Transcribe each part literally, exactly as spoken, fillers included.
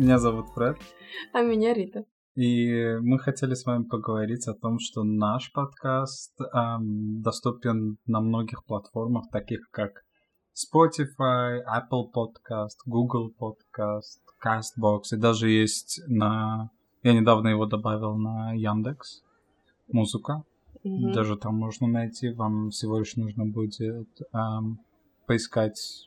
Меня зовут Фред. А меня Рита. И мы хотели с вами поговорить о том, что наш подкаст эм, доступен на многих платформах, таких как Spotify, Apple Podcast, Google Podcast, CastBox. И даже есть на... Я недавно его добавил на Яндекс. Музыка. Мгм. Даже там можно найти. Вам всего лишь нужно будет эм, поискать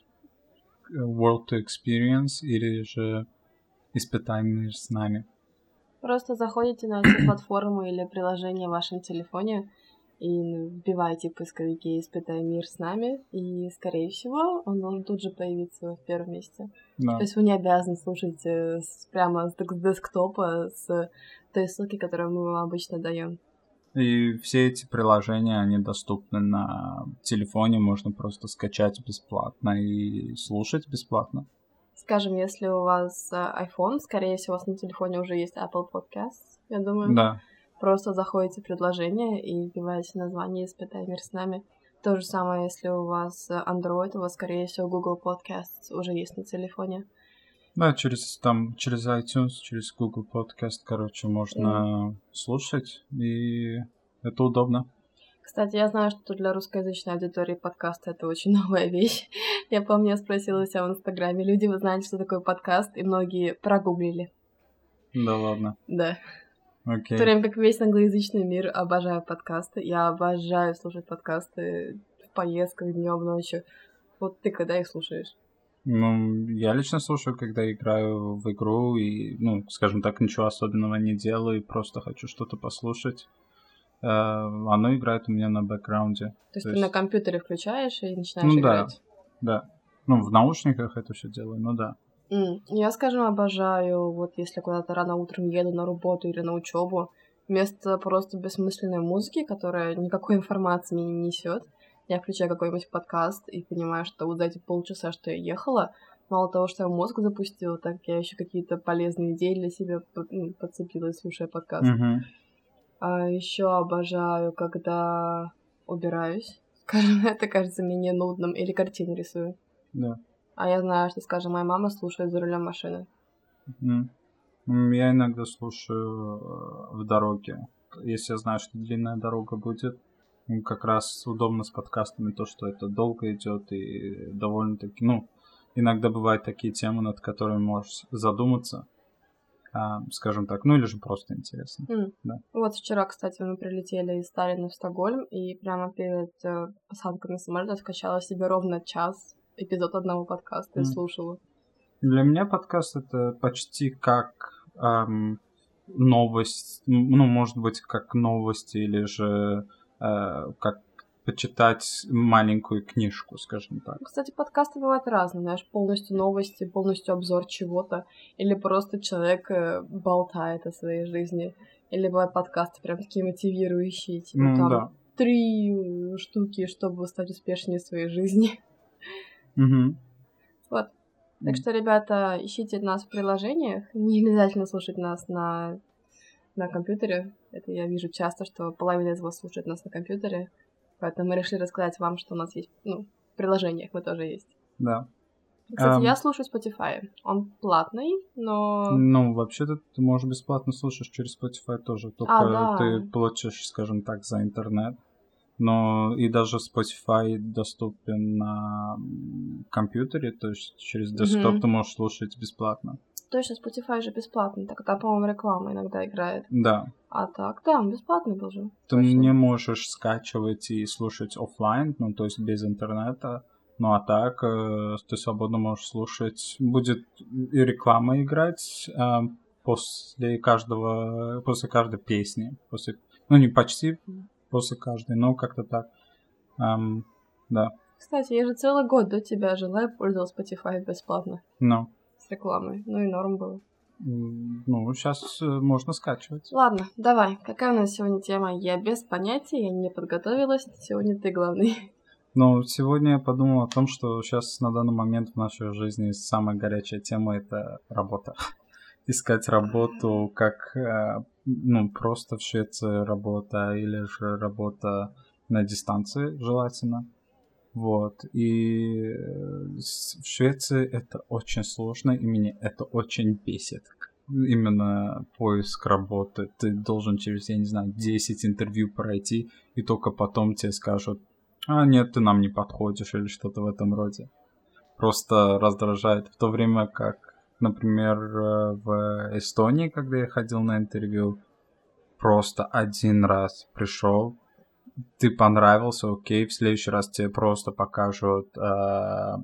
World to Experience или же «Испытай мир с нами». Просто заходите на эти платформы или приложения в вашем телефоне и вбивайте в поисковике «Испытай мир с нами», и, скорее всего, он должен тут же появиться в первом месте. Да. То есть вы не обязаны слушать э, с- прямо с дек- десктопа, с той ссылки, которую мы вам обычно даем. И все эти приложения, они доступны на телефоне, можно просто скачать бесплатно и слушать бесплатно. Скажем, если у вас э, iPhone, скорее всего, у вас на телефоне уже есть Apple Podcasts, я думаю. Да, Просто заходите в предложение и вбиваете название «Испытай мир с нами». То же самое, если у вас Android, у вас, скорее всего, Google Podcasts уже есть на телефоне. да, через там, через iTunes, через Google Podcast, короче, можно слушать, и это удобно. Кстати, я знаю, что для русскоязычной аудитории подкаст — это очень новая вещь. Я помню, я спросила у себя в Инстаграме, люди, вы знаете, что такое подкаст? И многие прогуглили. Да ладно, Да. В то окей. время как весь англоязычный мир обожает подкасты. Я обожаю слушать подкасты в поездках днем, ночью. Вот ты когда их слушаешь? Ну, я лично слушаю, когда играю в игру и, ну, скажем так, ничего особенного не делаю, просто хочу что-то послушать. Э, Оно играет у меня на бэкграунде. То есть То ты на есть, компьютере включаешь и начинаешь ну да, играть? да. Ну, в наушниках это все делаю, ну да. М, Я, скажем, обожаю, вот если куда-то рано утром еду на работу или на учебу, вместо просто бессмысленной музыки, которая никакой информации мне не несет, я включаю какой-нибудь подкаст и понимаю, что вот за эти полчаса, что я ехала, мало того, что я мозг запустила, так я еще какие-то полезные идеи для себя по- ну, подцепила, слушая подкаст. Мгм. А еще обожаю, когда убираюсь. Скажем, это кажется менее нудным, или картины рисую. Да. А я знаю, что, скажем, моя мама слушает за рулем машины. М. М, Я иногда слушаю э, в дороге. Если я знаю, что длинная дорога будет, м, как раз удобно с подкастами то, что это долго идет и довольно-таки, ну, иногда бывают такие темы, над которыми можешь задуматься, а, скажем так, ну или же просто интересно. М. Да. Вот вчера, кстати, мы прилетели из Таллина в Стокгольм, и прямо перед э, посадкой на самолет я скачала себе ровно час эпизод одного подкаста и М. слушала. Для меня подкаст это почти как ам, новость, м, ну, может быть, как новости или же э, как почитать маленькую книжку, скажем так. Кстати, подкасты бывают разные, знаешь, полностью новости, полностью обзор чего-то, или просто человек э, болтает о своей жизни, или бывают подкасты прям такие мотивирующие, типа Ну там да. три э, штуки, чтобы стать успешнее в своей жизни. Мгм. Вот. Так что, ребята, ищите нас в приложениях. Не обязательно слушать нас на, на компьютере. Это я вижу часто, что половина из вас слушает нас на компьютере. Поэтому мы решили рассказать вам, что у нас есть, ну, в приложениях мы тоже есть. Да. Кстати, я Ам, слушаю Spotify. Он платный, но... ну, вообще-то ты можешь бесплатно слушать через Spotify тоже, А, только ты да. платишь, скажем так, за интернет. Но и даже Spotify доступен на м, компьютере, то есть через десктоп Мгм. ты можешь слушать бесплатно. Точно, Spotify же бесплатный. Так там, по-моему, реклама иногда играет. Да. А так, да, он бесплатный должен. Ты Точно. не можешь скачивать и слушать оффлайн, ну, то есть без интернета. Ну, а так э, ты свободно можешь слушать. Будет и реклама играть э, после каждого, после каждой песни. После, ну, не почти после каждой, но как-то так. Ам, да. Кстати, я же целый год до тебя жила и пользовалась Spotify бесплатно. Но, С рекламой. Ну и норм было. м, ну, сейчас можно скачивать. Ладно, давай. Какая у нас сегодня тема? Я без понятия, я не подготовилась. Сегодня ты главный. Но сегодня я подумал о том, что сейчас на данный момент в нашей жизни самая горячая тема — это работа. Искать работу, как, э, ну, просто в Швеции работа или же работа на дистанции желательно. Вот. И в Швеции это очень сложно, и меня это очень бесит. Именно поиск работы. Ты должен через, я не знаю, десять интервью пройти, и только потом тебе скажут: а, нет, ты нам не подходишь, или что-то в этом роде. Просто раздражает. В то время как, например, в Эстонии, когда я ходил на интервью, просто один раз пришел, ты понравился, окей, в следующий раз тебе просто покажут э,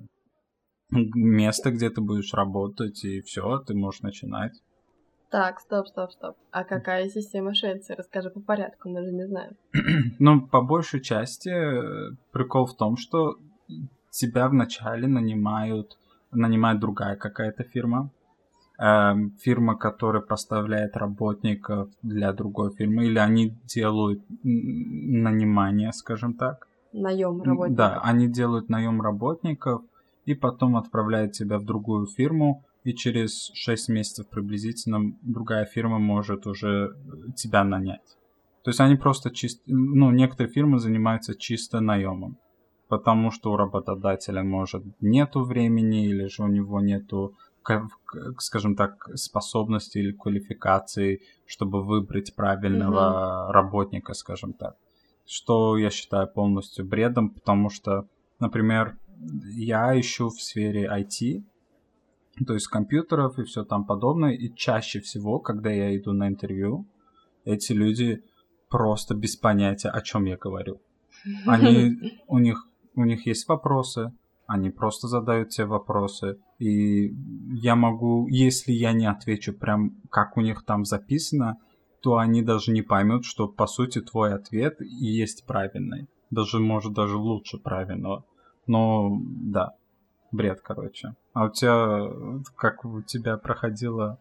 место, где ты будешь работать, и все, ты можешь начинать. Так, стоп, стоп, стоп. А какая система Швеции? Расскажи по порядку, мы даже не знаем. Ну, по большей части прикол в том, что тебя вначале нанимают, нанимает другая какая-то фирма. Фирма, которая поставляет работников для другой фирмы, или они делают нанимание, скажем так. Наем работников. Да, они делают наем работников и потом отправляют тебя в другую фирму, и через шесть месяцев приблизительно другая фирма может уже тебя нанять. То есть они просто чисто, ну, некоторые фирмы занимаются чисто наемом, потому что у работодателя, может, нету времени, или же у него нету, скажем так, способности или квалификации, чтобы выбрать правильного угу. работника, скажем так. Что я считаю полностью бредом, потому что, например, я ищу в сфере ай ти, то есть компьютеров и все там подобное, и чаще всего, когда я иду на интервью, эти люди просто без понятия, о чем я говорю. Они, у них, у них есть вопросы, они просто задают тебе вопросы, и я могу, если я не отвечу прям как у них там записано, то они даже не поймут, что по сути твой ответ и есть правильный. Даже, может, даже лучше правильного. Но, да, бред, короче. А у тебя, как у тебя проходило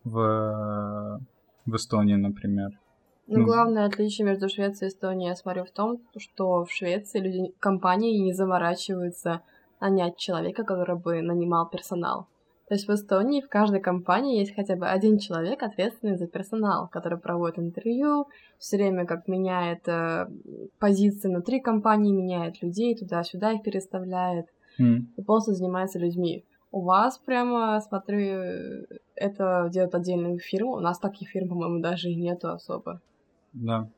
в, в Эстонии, например? Ну, главное отличие между Швецией и Эстонией, я смотрю, в том, что в Швеции люди, компании не заморачиваются нанять человека, который бы нанимал персонал. То есть в Эстонии в каждой компании есть хотя бы один человек, ответственный за персонал, который проводит интервью, все время как меняет э, позиции внутри компании, меняет людей, туда-сюда их переставляет, mm. и просто занимается людьми. У вас прямо, смотрю, это делают отдельные фирмы, у нас таких фирм, по-моему, даже и нету особо. Да,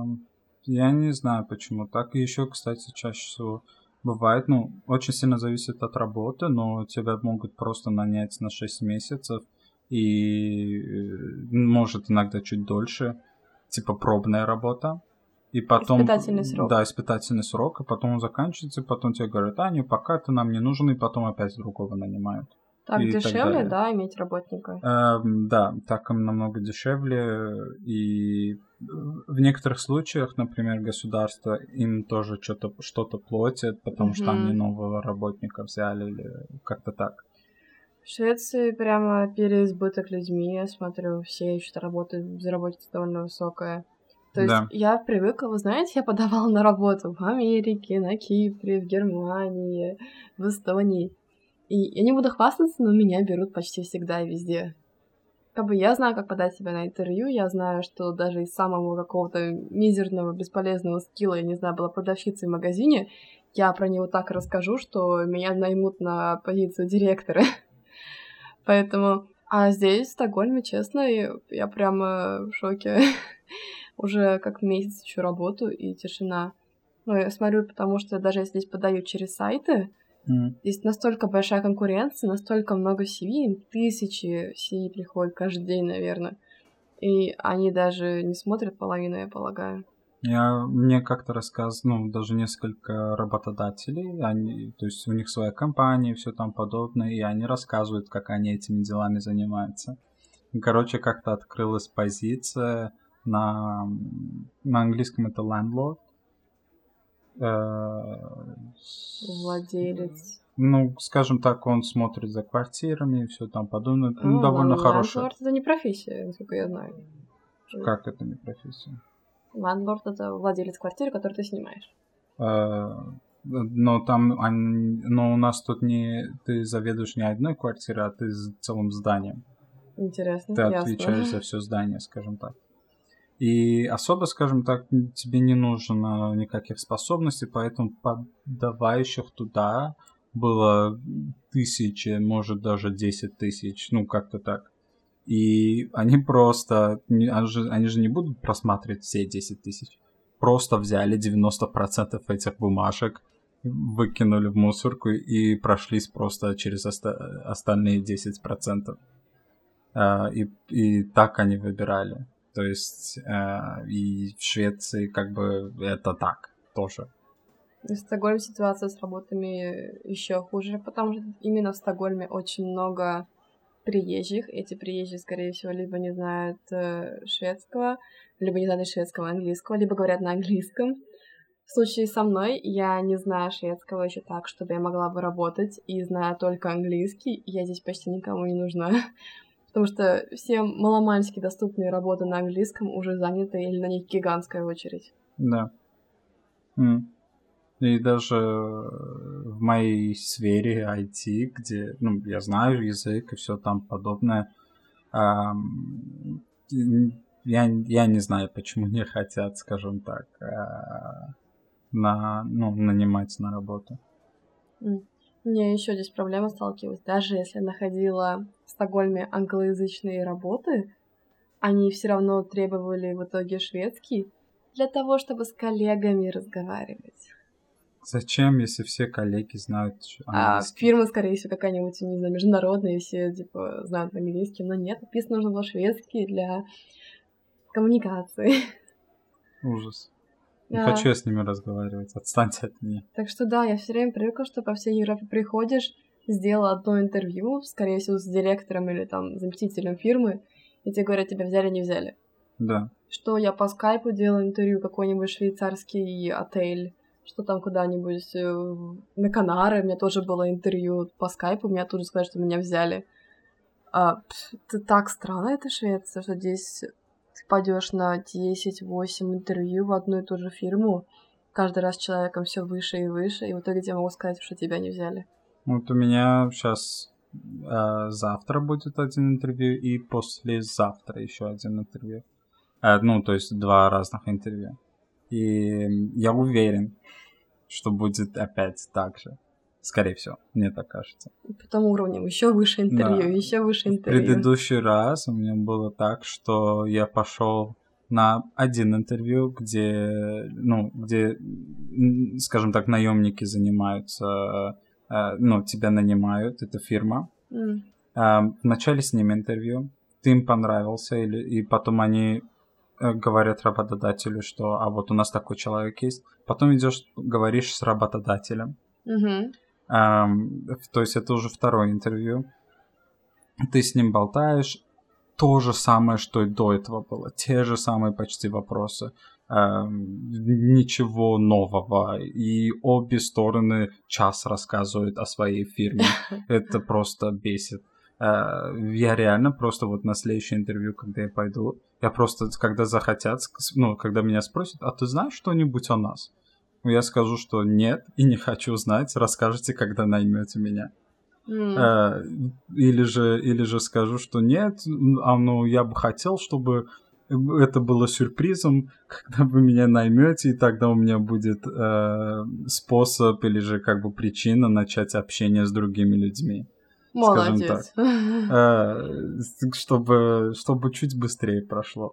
я не знаю, почему так. И еще, кстати, чаще всего бывает, ну, очень сильно зависит от работы, но тебя могут просто нанять на шесть месяцев и может иногда чуть дольше, типа пробная работа. И потом... Испытательный срок. Да, испытательный срок, и потом он заканчивается, и потом тебе говорят: а, не, пока ты нам не нужен, и потом опять другого нанимают. Так и дешевле, так да, иметь работника? Э, да, так им намного дешевле, и в некоторых случаях, например, государство им тоже что-то, что-то платит, потому mm-hmm. что они нового работника взяли или как-то так. В Швеции прямо переизбыток людьми, я смотрю, все ищут работу, безработица довольно высокая. То есть да. я привыкла, вы знаете, я подавала на работу в Америке, на Кипре, в Германии, в Эстонии. И я не буду хвастаться, но меня берут почти всегда и везде. Как бы я знаю, как подать себя на интервью, я знаю, что даже из самого какого-то мизерного, бесполезного скилла, я не знаю, была продавщицей в магазине, я про него так расскажу, что меня наймут на позицию директора. Поэтому... А здесь, в Стокгольме, честно, я прямо в шоке. Уже как месяц ищу работу, и тишина. Ну, я смотрю, потому что даже если здесь подают через сайты, mm. здесь настолько большая конкуренция, настолько много си ви, тысячи си ви приходят каждый день, наверное. И они даже не смотрят половину, я полагаю. Я, мне как-то рассказывал, ну, даже несколько работодателей, они, то есть у них своя компания и все там подобное, и они рассказывают, как они этими делами занимаются. И, короче, как-то открылась позиция на, на английском это landlord. Владелец. Ну, скажем так, он смотрит за квартирами и все там подобное. А, ну, довольно хорошее. Landlord — это не профессия, насколько я знаю. Как это не профессия? Landlord — это владелец квартиры, которую ты снимаешь. Но там, но у нас тут не ты заведуешь не одной квартирой, а ты целым зданием. Интересно, ты ясно. отвечаешь за все здание, скажем так. И особо, скажем так, тебе не нужно никаких способностей, поэтому подавающих туда было тысячи, может даже десять тысяч, ну как-то так. И они просто, они же, они же не будут просматривать все десять тысяч. Просто взяли девяносто процентов этих бумажек, выкинули в мусорку и прошлись просто через оста- остальные десять процентов. И, и так они выбирали. То есть э, и в Швеции как бы это так тоже. В Стокгольме ситуация с работами еще хуже, потому что именно в Стокгольме очень много приезжих. Эти приезжие, скорее всего, либо не знают э, шведского, либо не знают шведского, английского, либо говорят на английском. В случае со мной я не знаю шведского еще так, чтобы я могла бы работать, и знаю только английский. Я здесь почти никому не нужна. Потому что все маломальски доступные работы на английском уже заняты, или на них гигантская очередь. Да. Mm. И даже в моей сфере ай ти, где, ну, я знаю язык и все там подобное, эм, я, я не знаю, почему не хотят, скажем так, э, на, ну, нанимать на работу. Mm. Мне еще здесь проблема сталкивалась. Даже если я находила в Стокгольме англоязычные работы, они все равно требовали в итоге шведский для того, чтобы с коллегами разговаривать. Зачем, если все коллеги знают английский? А фирма, скорее всего, какая-нибудь, не знаю, международная, и все, типа, знают английский, но нет, написано нужно было шведский для коммуникации. Ужас. Не Да. хочу я с ними разговаривать, отстаньте от меня. Так что да, я все время привыкла, что по всей Европе приходишь, сделала одно интервью, скорее всего, с директором или там заместителем фирмы, и тебе говорят, тебя взяли, не взяли. Да. Что я по скайпу делала интервью, какой-нибудь швейцарский отель, что там куда-нибудь э, на Канары, у меня тоже было интервью по скайпу, меня тут же сказали, что меня взяли. А, это так странно, это Швеция, что здесь ты пойдешь на десять-восемь интервью в одну и ту же фирму, каждый раз с человеком все выше и выше, и в итоге тебе могут сказать, что тебя не взяли. Вот у меня сейчас э, завтра будет один интервью, и послезавтра еще один интервью. Э, ну, то есть два разных интервью. И я уверен, что будет опять так же. Скорее всего, мне так кажется. И по тому уровню еще выше интервью, Да. еще выше В интервью. предыдущий раз у меня было так, что я пошел на один интервью, где, ну, где, скажем так, наемники занимаются, э, ну, тебя нанимают, это фирма. Mm. Э, вначале с ними интервью, ты им понравился, или, и потом они говорят работодателю, что а вот у нас такой человек есть. Потом идешь, говоришь с работодателем. Mm-hmm. Эм, то есть это уже второе интервью. Ты с ним болтаешь. То же самое, что и до этого было. Те же самые почти вопросы. Эм, ничего нового. И обе стороны час рассказывают о своей фирме. Это просто бесит. Uh, я реально просто вот на следующее интервью, когда я пойду, я просто, когда захотят, ну, когда меня спросят, а ты знаешь что-нибудь о нас? Я скажу, что нет и не хочу знать, расскажите, когда наймете меня. Mm. Uh, или же, или же скажу, что нет, а ну я бы хотел, чтобы это было сюрпризом, когда вы меня наймете, и тогда у меня будет uh, способ или же как бы причина начать общение с другими людьми. Молодец. Скажем так, чтобы, чтобы чуть быстрее прошло.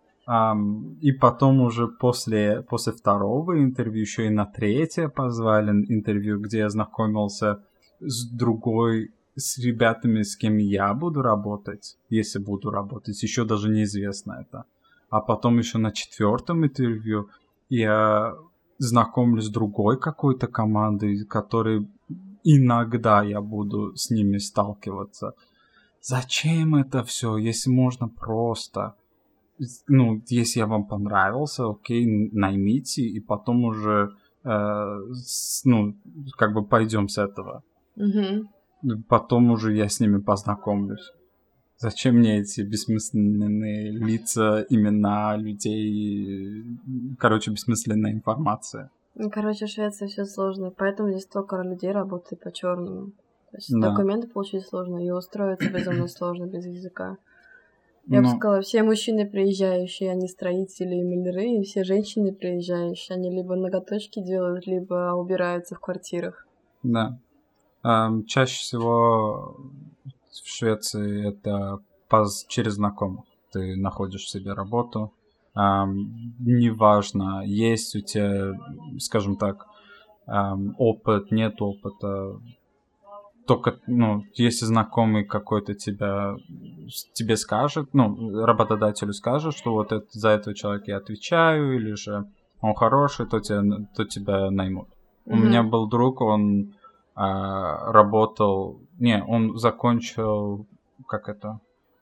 И потом уже после, после второго интервью, еще и на третье позвали интервью, где я знакомился с другой, с ребятами, с кем я буду работать, если буду работать, еще даже неизвестно это. А потом еще на четвертом интервью я знакомлюсь с другой какой-то командой, которой иногда я буду с ними сталкиваться. Зачем это все, если можно просто... Ну, если я вам понравился, окей, наймите, и потом уже, э, с, ну, как бы пойдем с этого. Mm-hmm. Потом уже я с ними познакомлюсь. Зачем мне эти бессмысленные лица, имена людей, короче, бессмысленная информация? Ну, короче, в Швеции все сложно, поэтому здесь столько людей работает по черному. То есть Да. документы получить сложно, и устроиться безумно сложно без языка. Я бы Ну, сказала, все мужчины приезжающие, они строители и маляры, и все женщины приезжающие, они либо ноготочки делают, либо убираются в квартирах. да. Ам, чаще всего в Швеции это поз- через знакомых. Ты находишь себе работу. Ам, неважно, есть у тебя, скажем так, ам, опыт, нет опыта. Только, ну, если знакомый какой-то тебя, тебе скажет, ну, работодателю скажет, что вот это, за этого человека я отвечаю, или же он хороший, то тебя, то тебя наймут. У меня Мгм. был друг, он а, работал, не, он закончил, как это,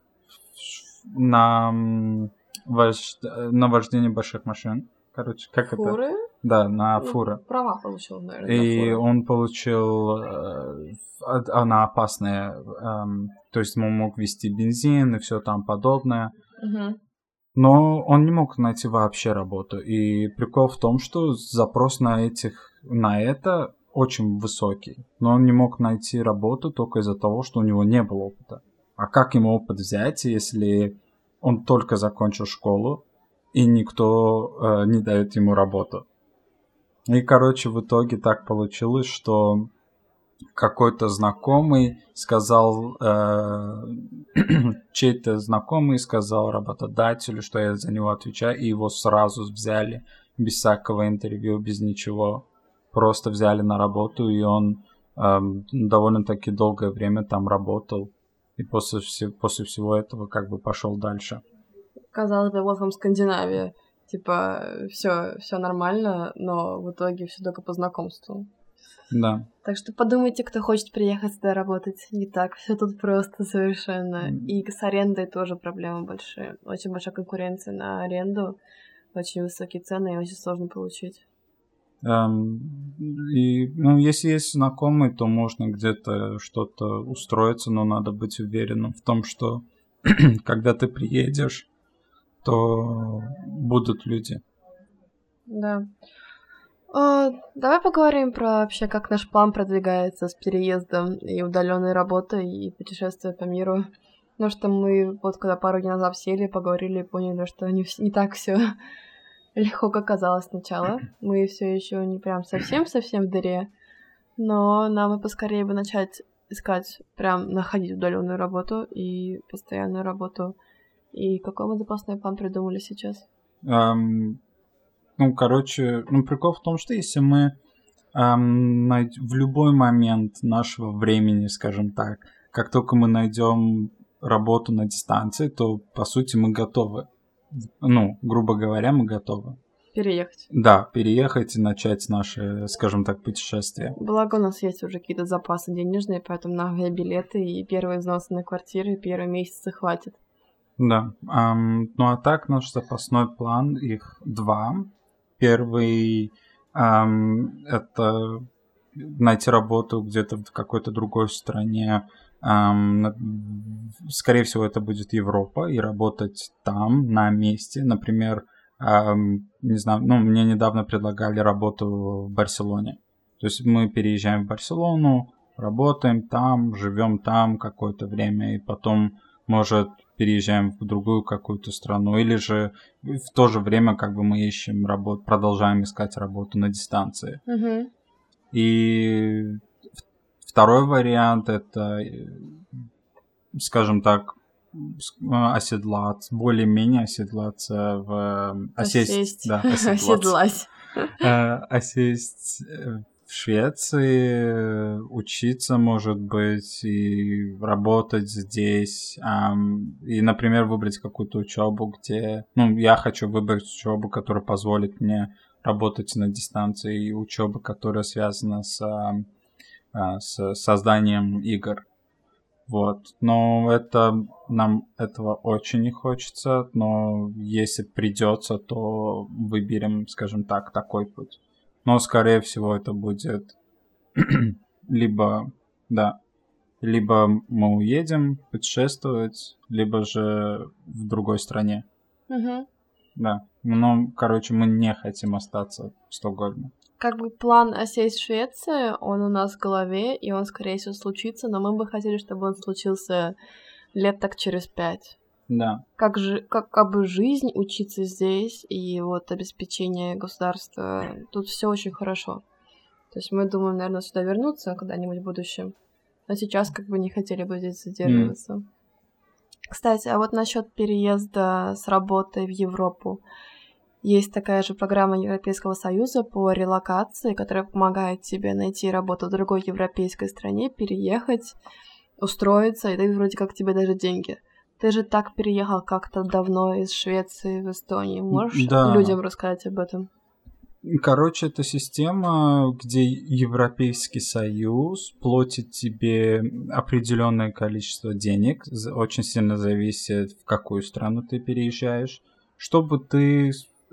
на, м, вож- на вождение больших машин. Короче, как это? Фуры? Да, на Ну, фуры. права получил, наверное, на И фуры. он получил, э, от- она опасная, эм, то есть он мог вести бензин и все там подобное. Мгм. Но он не мог найти вообще работу. И прикол в том, что запрос на этих, на это очень высокий. Но он не мог найти работу только из-за того, что у него не было опыта. А как ему опыт взять, если он только закончил школу и никто э, не дает ему работу? И, короче, в итоге так получилось, что какой-то знакомый сказал, э, чей-то знакомый сказал работодателю, что я за него отвечаю, и его сразу взяли без всякого интервью, без ничего. Просто взяли на работу, и он э, довольно-таки долгое время там работал. И после, все, после всего этого как бы пошел дальше. Казалось бы, вот вам Скандинавия. Типа, все, все нормально, но в итоге все только по знакомству. Да. Так что подумайте, кто хочет приехать сюда работать. Не так, все тут просто совершенно. И с арендой тоже проблемы большие. Очень большая конкуренция на аренду, очень высокие цены и очень сложно получить. Эм, и, ну, если есть знакомый, то можно где-то что-то устроиться, но надо быть уверенным в том, что когда ты приедешь, то будут люди. Да. А, давай поговорим про вообще, как наш план продвигается с переездом и удаленной работой и путешествия по миру. Потому что мы вот когда пару дней назад сели, поговорили и поняли, что не, вс- не так все легко, как казалось сначала. Мы все еще не прям совсем-совсем в дыре, но нам бы поскорее бы начать искать, прям находить удаленную работу и постоянную работу. И какой мы запасной план придумали сейчас? Эм, ну, короче, ну, прикол в том, что если мы эм, найд- в любой момент нашего времени, скажем так, как только мы найдем работу на дистанции, то, по сути, мы готовы. Ну, грубо говоря, мы готовы. Переехать. Да, переехать и начать наше, скажем так, путешествие. Благо, у нас есть уже какие-то запасы денежные, поэтому на авиабилеты и первые взносы на квартиры, первые месяцы хватит. Да. Ам, ну а так наш запасной план, их два. Первый ам, это найти работу где-то в какой-то другой стране. Ам, на- скорее всего, это будет Европа, и работать там, на месте. Например, ам, не знаю, ну, мне недавно предлагали работу в Барселоне. То есть мы переезжаем в Барселону, работаем там, живем там какое-то время, и потом, может, переезжаем в другую какую-то страну, или же в то же время как бы мы ищем работу, продолжаем искать работу на дистанции. Угу. И второй вариант это, э, скажем так, с- э, оседлаться, более-менее оседлаться в... э, Осесть, Осесть. да, оседлаться. Оседлась. Э, Осесть э, в Швеции, э, учиться, может быть, и работать здесь. ам, И, например, выбрать какую-то учебу, где... Ну, я хочу выбрать учебу, которая позволит мне работать на дистанции, и учебу, которая связана с, ам, а, с созданием игр. Вот. Но это нам этого очень не хочется, но если придется, то выберем, скажем так, такой путь. Но, скорее всего, это будет либо, да, либо мы уедем путешествовать, либо же в другой стране. Угу. Да. Но, короче, мы не хотим остаться в Стокгольме. Как бы план осесть в Швеции, он у нас в голове, и он, скорее всего, случится, но мы бы хотели, чтобы он случился лет так через пять. Да. Как же, как, как бы жизнь, учиться здесь и вот обеспечение государства, тут все очень хорошо. То есть мы думаем, наверное, сюда вернуться когда-нибудь в будущем. Но сейчас как бы не хотели бы здесь задерживаться. Mm. Кстати, а вот насчет переезда с работы в Европу. Есть такая же программа Европейского Союза по релокации, которая помогает тебе найти работу в другой европейской стране, переехать, устроиться, и дают вроде как тебе даже деньги. Ты же так переехал как-то давно из Швеции в Эстонию. Можешь да. людям рассказать об этом? Короче, это система, где Европейский Союз платит тебе определенное количество денег, очень сильно зависит, в какую страну ты переезжаешь, чтобы ты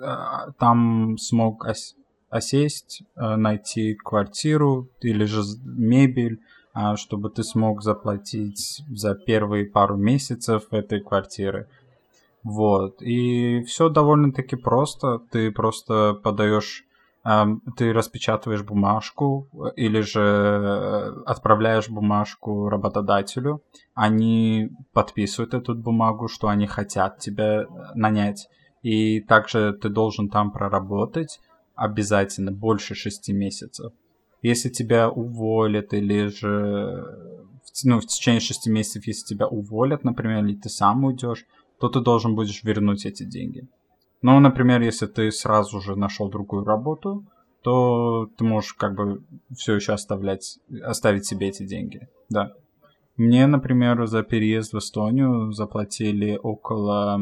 там смог ос- осесть, найти квартиру или же мебель, чтобы ты смог заплатить за первые пару месяцев этой квартиры. Вот. И все довольно-таки просто. Ты просто подаешь, ты распечатываешь бумажку или же отправляешь бумажку работодателю. Они подписывают эту бумагу, что они хотят тебя нанять. И также ты должен там проработать обязательно больше шести месяцев. Если тебя уволят или же ну, в течение шести месяцев, если тебя уволят, например, или ты сам уйдешь, то ты должен будешь вернуть эти деньги. Ну, например, если ты сразу же нашел другую работу, то ты можешь как бы все еще оставлять, оставить себе эти деньги. Да. Мне, например, за переезд в Эстонию заплатили около...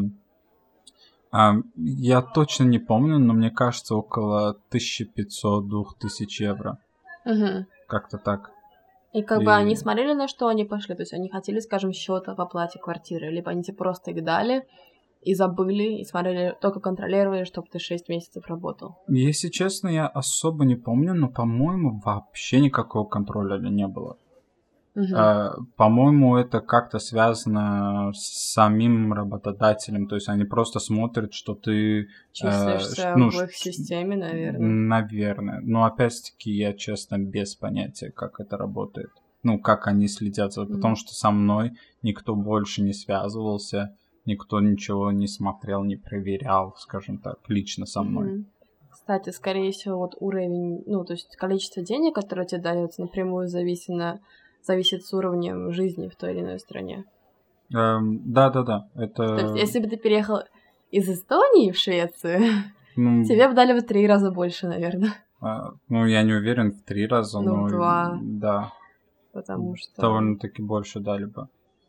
А, я точно не помню, но мне кажется, около тысяча пятьсот - две тысячи евро. Угу. Как-то так. И как и... бы они смотрели, на что они пошли? То есть они хотели, скажем, счета в оплате квартиры, либо они тебе просто их дали и забыли, и смотрели, только контролировали, чтобы ты шесть месяцев работал? Если честно, я особо не помню, но, по-моему, вообще никакого контроля не было. Угу. Uh, по-моему, это как-то связано с самим работодателем. То есть они просто смотрят, что ты... Числишься uh, ну, в их системе, наверное. Наверное. Но опять-таки я, честно, без понятия, как это работает. Ну, как они следят за... Mm-hmm. Потому что со мной никто больше не связывался, никто ничего не смотрел, не проверял, скажем так, лично со мной. Mm-hmm. Кстати, скорее всего, вот уровень, ну, то есть количество денег, которое тебе дается, напрямую зависит, зависит с уровнем жизни в той или иной стране. Эм, да-да-да. Это... То есть, если бы ты переехал из Эстонии в Швецию, ну, тебе бы дали бы три раза больше, наверное. А, ну, я не уверен, в три раза, ну, но... в два. Да. Потому что... Довольно-таки больше дали бы.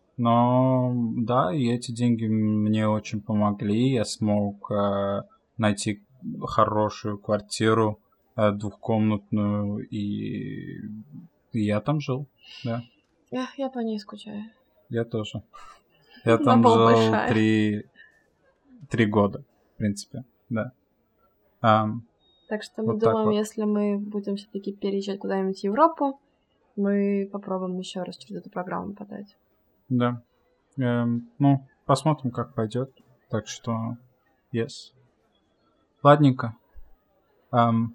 Но, да, и эти деньги мне очень помогли. Я смог э, найти хорошую квартиру, э, двухкомнатную, и... и я там жил, да. Я, я по ней скучаю. Я тоже. Я там жил три... три года, в принципе, да. Um, так что мы вот думаем, вот. Если мы будем все-таки переезжать куда-нибудь в Европу, мы попробуем еще раз через эту программу подать. Да. Эм, ну, посмотрим, как пойдет. Так что, yes. Ладненько. Эм,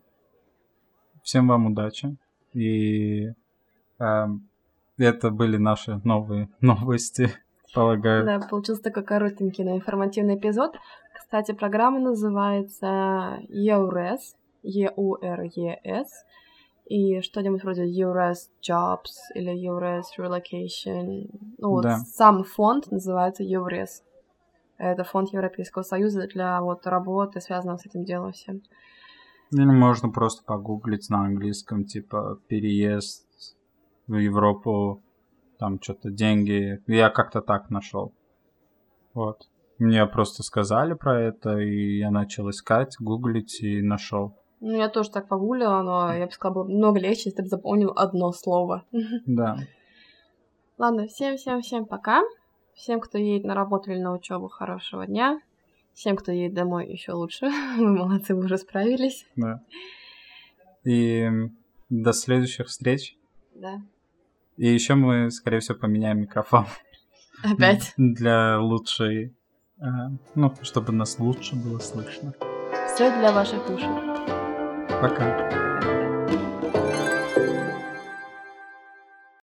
всем вам удачи. И эм, это были наши новые новости, полагаю. Да, получился такой коротенький, но информативный эпизод. Кстати, программа называется EURES, E U R E S, и что-нибудь вроде EURES Jobs или EURES Relocation. Ну да. вот сам фонд называется EURES. Это фонд Европейского Союза для вот работы, связанного с этим делом всем. Или можно просто погуглить на английском, типа переезд в Европу, там что-то деньги. Я как-то так нашел. Вот. Мне просто сказали про это, и я начал искать, гуглить и нашел. Ну, я тоже так погуглила, но я бы сказала, было много легче, если бы запомнил одно слово. Да. Ладно, всем-всем-всем пока. Всем, кто едет на работу или на учебу, хорошего дня. Всем, кто едет домой, еще лучше. Вы молодцы, вы уже справились. Да. И до следующих встреч. Да. И еще мы, скорее всего, поменяем микрофон. Опять? Для лучшей... Ну, чтобы нас лучше было слышно. Все для ваших ушей. Пока.